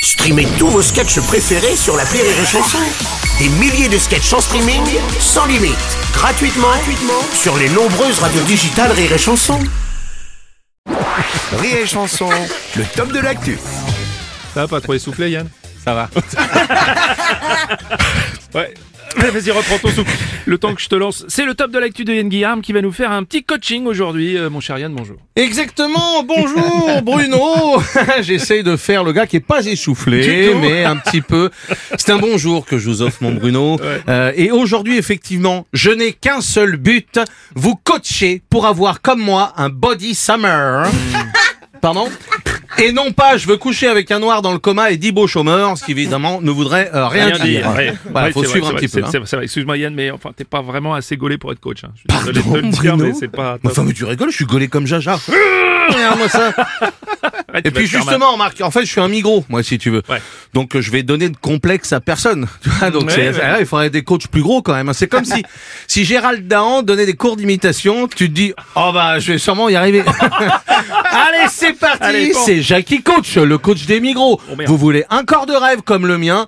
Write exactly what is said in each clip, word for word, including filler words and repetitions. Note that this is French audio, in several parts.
Streamez tous vos sketchs préférés sur l'appli Rire et Chanson. Des milliers de sketchs en streaming, sans limite, gratuitement, gratuitement sur les nombreuses radios digitales Rire et Chanson. Rire et Chanson, le top de l'actu. Ça va, pas trop essoufflé, Yann? Ça va. Ouais. Vas-y, reprends ton souffle. Le temps que je te lance, c'est le top de l'actu de Yann Guillaume qui va nous faire un petit coaching aujourd'hui. Euh, mon cher Yann, bonjour. Exactement, bonjour Bruno. J'essaye de faire le gars qui est pas essoufflé, mais un petit peu. C'est un bonjour que je vous offre, mon Bruno. Ouais. Euh, et aujourd'hui, effectivement, je n'ai qu'un seul but, vous coacher pour avoir comme moi un body summer. Pardon? Et non pas, je veux coucher avec un noir dans le coma et dix beaux chômeurs, ce qui évidemment ne voudrait euh, rien, rien dire. dire. Ouais. Voilà, ouais, faut suivre vrai, un petit vrai, peu. C'est, hein. c'est vrai, excuse-moi Yann, mais enfin, t'es pas vraiment assez gaulé pour être coach. Hein. Je suis Pardon, désolé de te le dire, mais c'est pas... Enfin, mais tu rigoles, je suis gaulé comme Jaja. Regarde-moi ça. Ouais, et puis justement, Marc, en fait, je suis un migros, moi, si tu veux. Ouais. Donc, euh, je vais donner de complexe à personne. Tu vois, donc, ouais, c'est, ouais. Là, il faudrait des coachs plus gros quand même. C'est comme si, si Gérald Dahan donnait des cours d'imitation, tu te dis, oh bah, je vais sûrement y arriver. Allez, c'est parti. Allez, bon. C'est Jackie Coach, le coach des migros. Oh, vous voulez un corps de rêve comme le mien?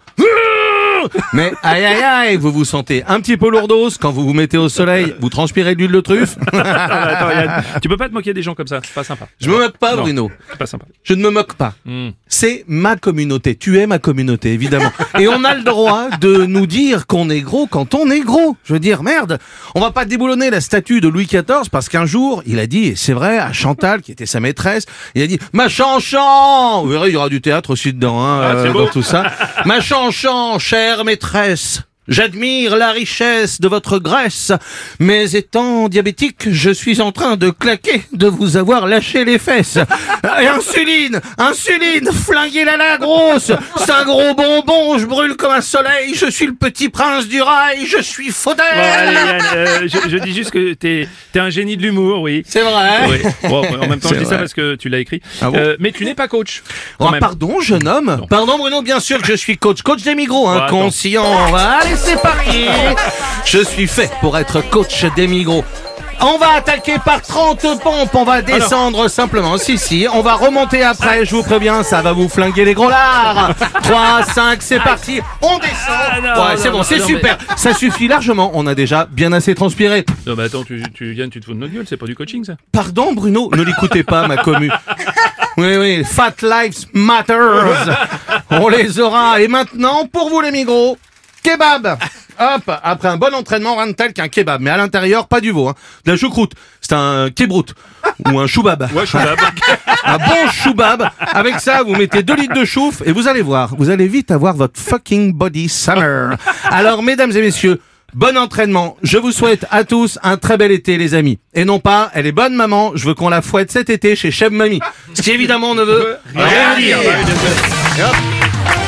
Mais aïe aïe aïe, vous vous sentez un petit peu lourdos quand vous vous mettez au soleil, vous transpirez de l'huile de truffe. Attends, Yann, tu peux pas te moquer des gens comme ça, c'est pas sympa. Je me moque pas, non, Bruno. C'est pas sympa. Je ne me moque pas. Mm. C'est ma communauté. Tu es ma communauté, évidemment. Et on a le droit de nous dire qu'on est gros quand on est gros. Je veux dire, merde, on va pas déboulonner la statue de Louis quatorze parce qu'un jour, il a dit, et c'est vrai, à Chantal, qui était sa maîtresse, il a dit, ma Chanchan, vous verrez, il y aura du théâtre aussi dedans, hein, ah, euh, dans tout ça. Ma Chanchan, chère maîtresse, j'admire la richesse de votre graisse, mais étant diabétique, je suis en train de claquer de vous avoir lâché les fesses. Et insuline, insuline, flinguez-la la grosse, c'est un gros bonbon, je brûle comme un soleil, je suis le petit prince du rail, je suis faudel. Bon, allez, Yann, euh, je, je dis juste que t'es, t'es un génie de l'humour, oui. C'est vrai. Oui. Bon, en même temps, c'est je dis vrai. Ça parce que tu l'as écrit. Ah bon euh, mais tu n'es pas coach. Oh, pardon, jeune homme. Non. Pardon, Bruno, bien sûr que je suis coach, coach des migros, hein, oh, conscient. Allez, c'est parti. Je suis fait pour être coach des migros. On va attaquer par trente pompes, on va descendre Alors. simplement. Si, si, on va remonter après, je vous préviens, ça va vous flinguer les gros lards. trois, cinq, c'est parti. On descend. Ah, non, ouais, c'est non, bon, non, c'est non, super. Mais... Ça suffit largement, on a déjà bien assez transpiré. Non, mais attends, tu, tu viens, tu te fous de notre gueule, c'est pas du coaching, ça? Pardon, Bruno, ne l'écoutez pas, ma commu. Oui, oui, Fat Lives Matters. On les aura. Et maintenant, pour vous les migros, kebab. Hop, après un bon entraînement, rien de tel qu'un kebab. Mais à l'intérieur, pas du veau, hein. De la choucroute. C'est un kebrout. Ou un choubab. Ouais, choubab. Un bon choubab. Avec ça, vous mettez deux litres de chouf et vous allez voir. Vous allez vite avoir votre fucking body summer. Alors, mesdames et messieurs, bon entraînement. Je vous souhaite à tous un très bel été, les amis. Et non pas, elle est bonne, maman. Je veux qu'on la fouette cet été chez Cheb Mamie. Ce qui, évidemment, ne veut rien dire. dire.